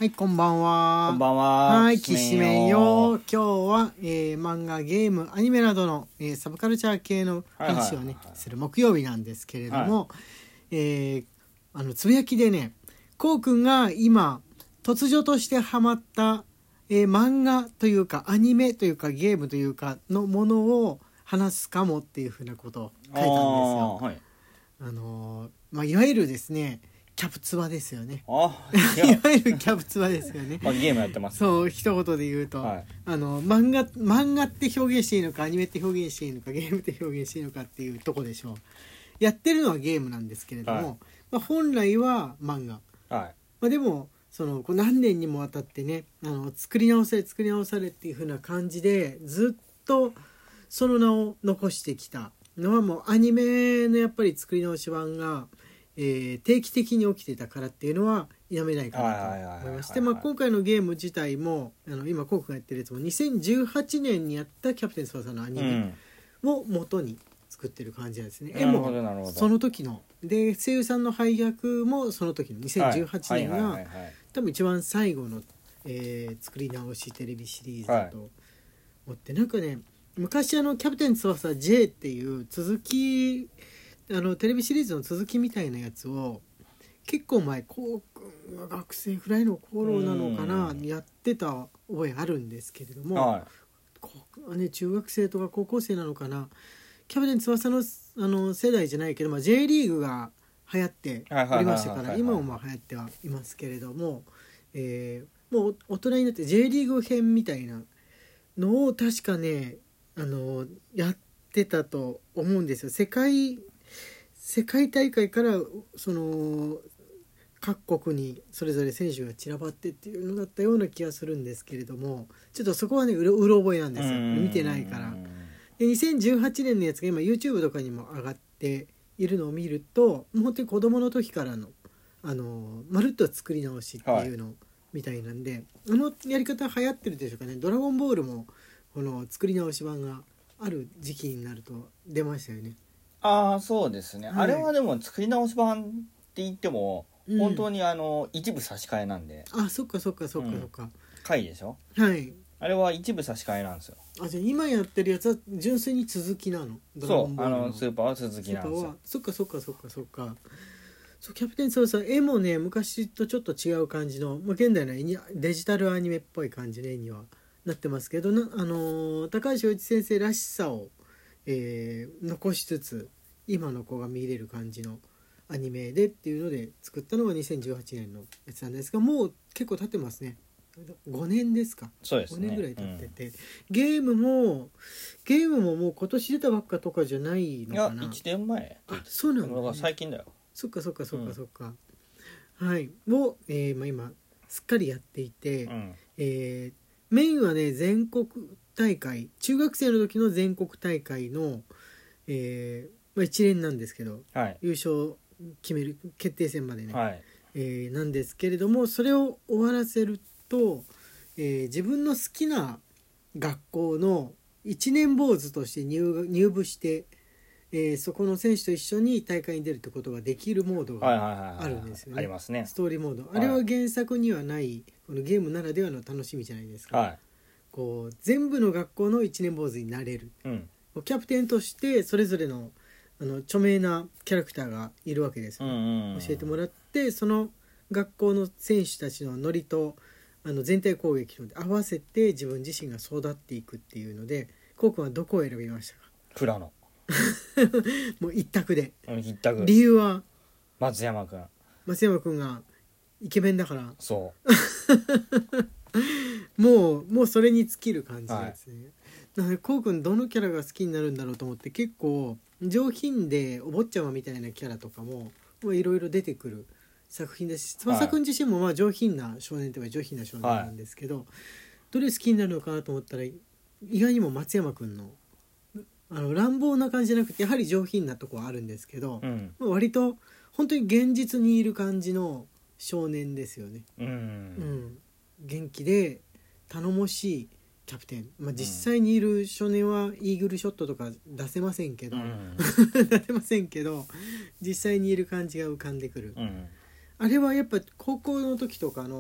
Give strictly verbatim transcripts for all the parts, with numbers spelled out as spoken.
はい、こんばんは。 こんばんは。 はい、きしめんよ。今日は、えー、漫画、ゲーム、アニメなどの、えー、サブカルチャー系の話をね、 はいはいはいはい、 する木曜日なんですけれども、 はい、 えー、あのつぶやきでね、こうくんが今突如としてハマった、えー、漫画というかアニメというかゲームというかのものを話すかもっていうふうなことを書いたんですよ。 あ、はい、 あのーまあ、いわゆるですね、キャプツバですよね。 あいわゆるキャプツバですよね。 まあ、ゲームやってます、ね、 そう一言で言うと、はい、あの漫画漫画って表現していいのかアニメって表現していいのかゲームって表現していいのかっていうとこでしょう。やってるのはゲームなんですけれども、はい、まあ、本来は漫画、はい、まあ、でもそのこう何年にもわたってね、あの作り直され作り直されっていう風な感じでずっとその名を残してきたのはもうアニメのやっぱり作り直し版が、えー、定期的に起きてたからっていうのは否めないかなと思いまして、まあ、今回のゲーム自体もあの今コウ君がやってるやつもにせんじゅうはちねんにやったキャプテン翼のアニメを元に作ってる感じなんですね、うん、絵もその時ので声優さんの配役もその時のにせんじゅうはちねんが多分一番最後の、えー、作り直しテレビシリーズだと思って、はい、なんかね昔あのキャプテン翼 J っていう続きあのテレビシリーズの続きみたいなやつを結構前こうくんが学生ぐらいの頃なのかなやってた覚えあるんですけれども、はい、こうはね中学生とか高校生なのかなキャプテン翼 の, あの世代じゃないけど、まあ、J リーグが流行っておりましたから今もまあ流行ってはいますけれども、えー、もう大人になって J リーグ編みたいなのを確かねあのやってたと思うんですよ。世界世界大会からその各国にそれぞれ選手が散らばってっていうのだったような気がするんですけれども、ちょっとそこはねうろうろ覚えなんですよ、見てないから。でにせんじゅうはちねんのやつが今 YouTube とかにも上がっているのを見ると、もう本当に子供の時からのあのまるっと作り直しっていうのみたいなんで、はい、あのやり方流行ってるでしょうかね。ドラゴンボールもこの作り直し版がある時期になると出ましたよね。 ああそうですね、はい、あれはでも作り直し版って言っても、うん、本当にあの一部差し替えなんで。 あ、そっかそっかそっかそっか、うん、 回でしょ。 はい、 あれは一部差し替えなんですよ。 あ、じゃあ今やってるやつは純粋に続きなの？ドラゴンボールのそう、あのスーパーは続きなんですよ。 そっかそっかそっかそっか。そうキャプテン翼絵もね昔とちょっと違う感じの、まあ、現代の絵にデジタルアニメっぽい感じの絵にはなってますけどな、あのー、高橋陽一先生らしさを、えー、残しつつ今の子が見れる感じのアニメでっていうので作ったのがにせんじゅうはちねんのやつなんですが、もう結構経ってますね。ごねんですか。 そうですね、 ごねんぐらい経ってて、うん、ゲームもゲームももう今年出たばっかとかじゃないのかな。 いやいちねんまえ。 あ、そうなんだ、ね、 最近だよ。 そっかそっかそっかそっか、うん、はいを、えーまあ、今すっかりやっていて、うん、えー、メインはね全国大会中学生の時の全国大会の、えーまあ、一連なんですけど、はい、優勝決める決定戦までね、はい、えー、なんですけれども、それを終わらせると、えー、自分の好きな学校の一年坊主として 入, 入部して、えー、そこの選手と一緒に大会に出るってことができるモードがあるんですよね。 ありますね。 ストーリーモード。あれは原作にはないこのゲームならではの楽しみじゃないですか。はい、こう全部の学校の一年坊主になれる、うん、キャプテンとしてそれぞれのあの著名なキャラクターがいるわけですよ、うんうんうん、教えてもらってその学校の選手たちのノリとあの全体攻撃の合わせて自分自身が育っていくっていうので、コウ君はどこを選びましたか？ 富良野もう一択で。 一択。 理由は松山君松山君がイケメンだから。 そうもうもうそれに尽きる感じですね、はい、なのでコウ君どのキャラが好きになるんだろうと思って、結構上品でお坊ちゃまみたいなキャラとかもいろいろ出てくる作品ですし、翼君自身もまあ上品な少年というか上品な少年なんですけど、はい、どれ好きになるのかなと思ったら意外にも松山君のあの乱暴な感じじゃなくてやはり上品なとこはあるんですけど、うん、割と本当に現実にいる感じの少年ですよね、うんうん、元気で頼もしいキャプテン、まあ、実際にいる少年はイーグルショットとか出せませんけど、うん、出せませんけど実際にいる感じが浮かんでくる、うん、あれはやっぱ高校の時とかの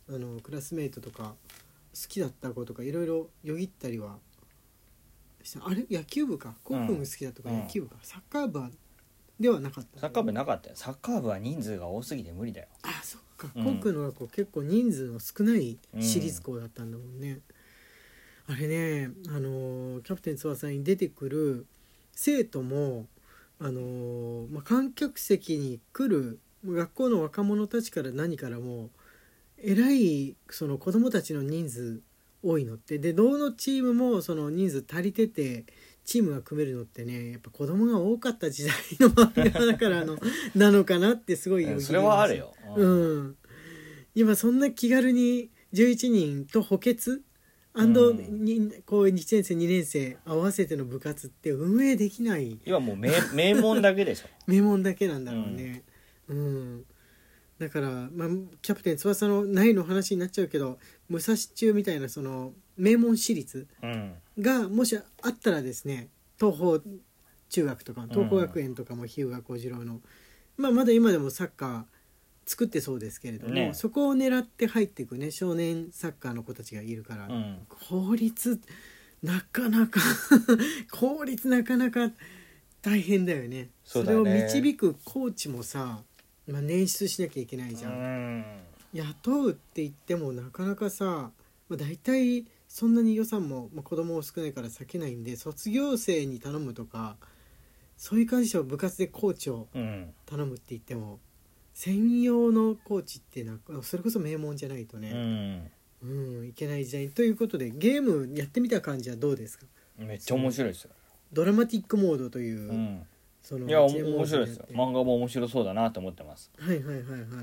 あのクラスメイトとか好きだった子とかいろいろよぎったりはしたあれ野球部かコウ君が好きだとか、 うん野球部かサッカー部はではなかったサッカー部なかったよ。サッカー部は人数が多すぎて無理だよ。 あそっか、 うんコウ君の学校結構人数の少ない私立校だったんだもんね、うん、あれねあのキャプテン翼に出てくる生徒もあの、まあ、観客席に来る学校の若者たちから何からもえらいその子供たちの人数多いのってでどのチームもその人数足りててチームが組めるのってねやっぱ子供が多かった時代の漫画だからのなのかなってすごいよぎります。 それはあるよ、 うん、うん、今そんな気軽にじゅういちにんと補欠アンドにこういちねん生にねん生合わせての部活って運営できない今もう 名, 名門だけでしょ名門だけなんだろうね、うんうん、だから、まあ、キャプテン翼のないの話になっちゃうけど武蔵中みたいなその名門私立がもしあったらですね東邦中学とか東邦学園とかも日向小次郎の、まあ、まだ今でもサッカー作ってそうですけれども、ね、そこを狙って入っていくね少年サッカーの子たちがいるから、うん、効率なかなか効率なかなか大変だよね。 そうだね。 それを導くコーチもさ、まあ、捻出しなきゃいけないじゃん、うん、雇うって言ってもなかなかさ、まあ、大体そんなに予算も、まあ、子供少ないから避けないんで卒業生に頼むとかそういう感じで部活でコーチを頼むって言っても、うん専用のコーチってなんかそれこそ名門じゃないとね、うんうん、いけない時代ということでゲームやってみた感じはどうですか？ めっちゃ面白いですよ。 ドラマティックモードという、うん、 そのいや面白いですよ。漫画も面白そうだなと思ってます。 はいはいはいはい。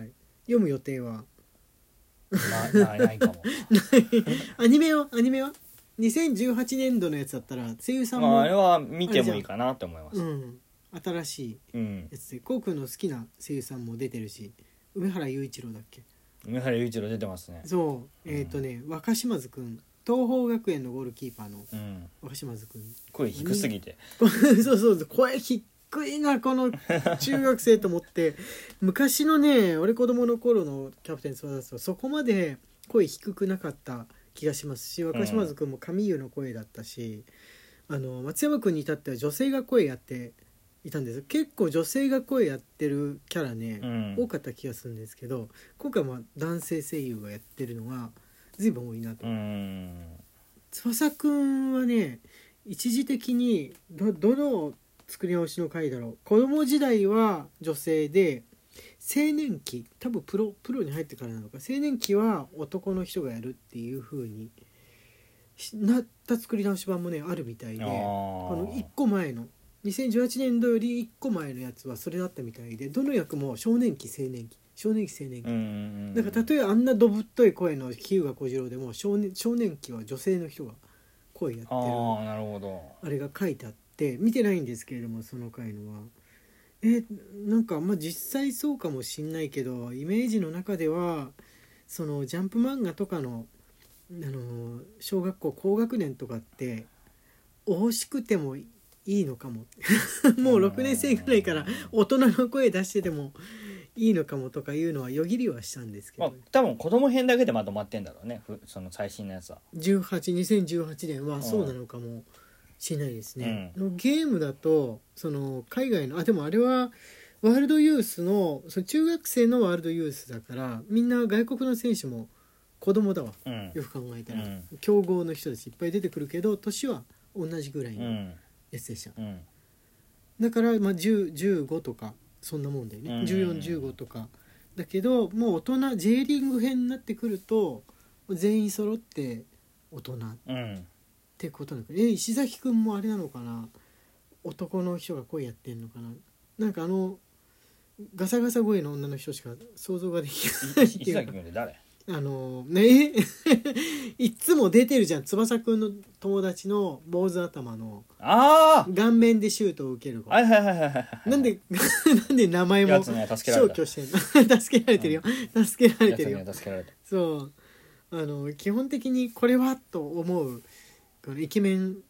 読む予定はなないないかもアニメはアニメはにせんじゅうはちねんどのやつだったら声優さんもあ, あれは見てもいいかなと思います。 うん新しいやつで、こうくんの好きな声優さんも出てるし梅原雄一郎だっけ梅原雄一郎出てますね。 そうえっ、ー、とね、うん、若島津くん東邦学園のゴールキーパーの若島津くん、 声低すぎてそうそう声低いなこの中学生と思って昔のね俺子供の頃のキャプテン翼はそこまで声低くなかった気がしますし若島津くんも上湯の声だったし、うん、あの松山くんに至っては女性が声やっていたんです。結構女性が声やってるキャラね、うん、多かった気がするんですけど今回は男性声優がやってるのが随分多いなと。うん翼くんはね一時的に ど, どの作り直しの回だろう子供時代は女性で青年期多分プロプロに入ってからなのか青年期は男の人がやるっていう風になった作り直し版もねあるみたいで、あのいっこまえのにせんじゅうはちねんどよりいっこまえのやつはそれだったみたいでどの役も少年期青年期少年期青年期、うんうんうん、だからたとえあんなどぶっとい声の日向小次郎でも少年、少年期は女性の人が声やってるあなるほどあれが書いてあって見てないんですけれどもその回のはえなんかまあ実際そうかもしんないけどイメージの中ではそのジャンプ漫画とかのあの小学校高学年とかって惜しくてもいいのかももうろくねん生ぐらいから大人の声出しててもいいのかもとかいうのはよぎりはしたんですけど、 まあ、多分子供編だけでまとまってんだろうねその最新のやつはじゅうはち にせんじゅうはちねんはそうなのかもしれないですね、うん、ゲームだとその海外のあでもあれはワールドユース の, その中学生のワールドユースだからみんな外国の選手も子供だわ、うん、よく考えたら、うん、強豪の人たちいっぱい出てくるけど年は同じぐらいの、うんやつでした、うん、だからまあじゅう、じゅうごとかそんなもんだよね、うん、じゅうよん、じゅうごとかだけどもう大人 J リーグ編になってくると全員揃って大人、うん、ってことなのかえ石崎くんもあれなのかな男の人が声やってんのかななんかあのガサガサ声の女の人しか想像ができない石崎くんって誰あのねいっつも出てるじゃん翼くんの友達の坊主頭のあ顔面でシュートを受ける子はいはいはいはいなんでなんで名前も消去してんの助けられてるよ、うん、助けられてるよ助けられてるそうあの基本的にこれはと思うこのイケメン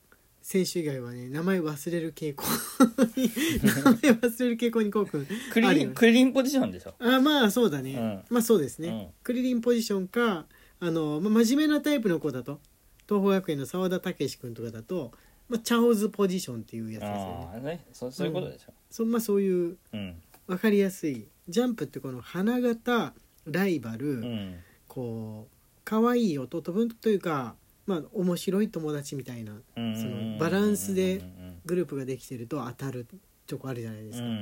選手以外はね名前忘れる傾向に名前忘れる傾向にこうくんクリリンクリリンポジションでしょ。 あまあそうだね、 うん、 まあそうですね、 うん、 クリリンポジションかあの、まあ、真面目なタイプの子だと東邦学園の澤田武史君とかだと、まあ、チャオズポジションっていうやつですよね。 あね そ, そういうことでしょ、うん、 そ, まあ、そういう分かりやすいジャンプってこの花形ライバル、うん、こう可愛い弟分というか、まあ、面白い友達みたいな、そのバランスでグループができてると当たるとこあるじゃないですか、うん、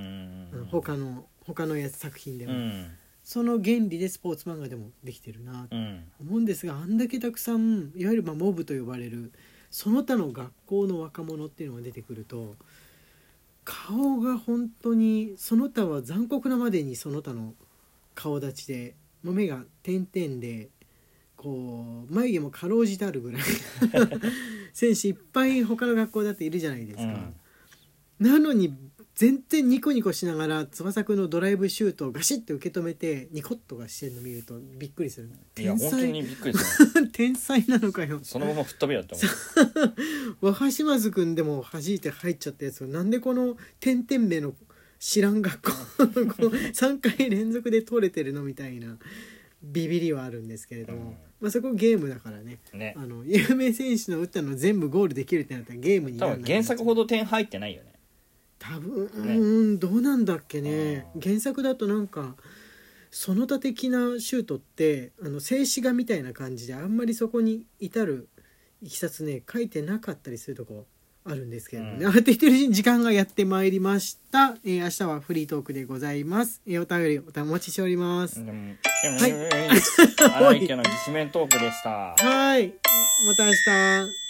他の他のやつ作品でも、うん、その原理でスポーツ漫画でもできてるなと思うんですが、あんだけたくさんいわゆるまあモブと呼ばれるその他の学校の若者っていうのが出てくると、顔が本当にその他は残酷なまでにその他の顔立ちで、もう目が点々でこう眉毛もかろうじてあるぐらい選手いっぱい他の学校だっているじゃないですか、うん、なのに全然ニコニコしながら翼くんのドライブシュートをガシッと受け止めてニコッとかしてるの見るとびっくりする。 天才、いや本当にびっくりする天才なのかよ。 そのまま吹っ飛びやと思う若島津くんでも弾いて入っちゃったやつをなんでこの点々目の知らん学校こうさんかい連続で取れてるのみたいなビビりはあるんですけれども、うん、まあ、そこゲームだから ね, ねあの有名選手の打ったの全部ゴールできるってなったらゲームにならない。 多分原作ほど点入ってないよね多分、ね、うんどうなんだっけね。原作だとなんかその他的なシュートってあの静止画みたいな感じであんまりそこに至るいきさつね書いてなかったりするとこあるんですけどね、うん、って言ってるうちに時間がやってまいりました、えー、明日はフリートークでございます、えー、お便りお待ちしております。でもはい荒井家のきしめんトークでした。 はいまた明日。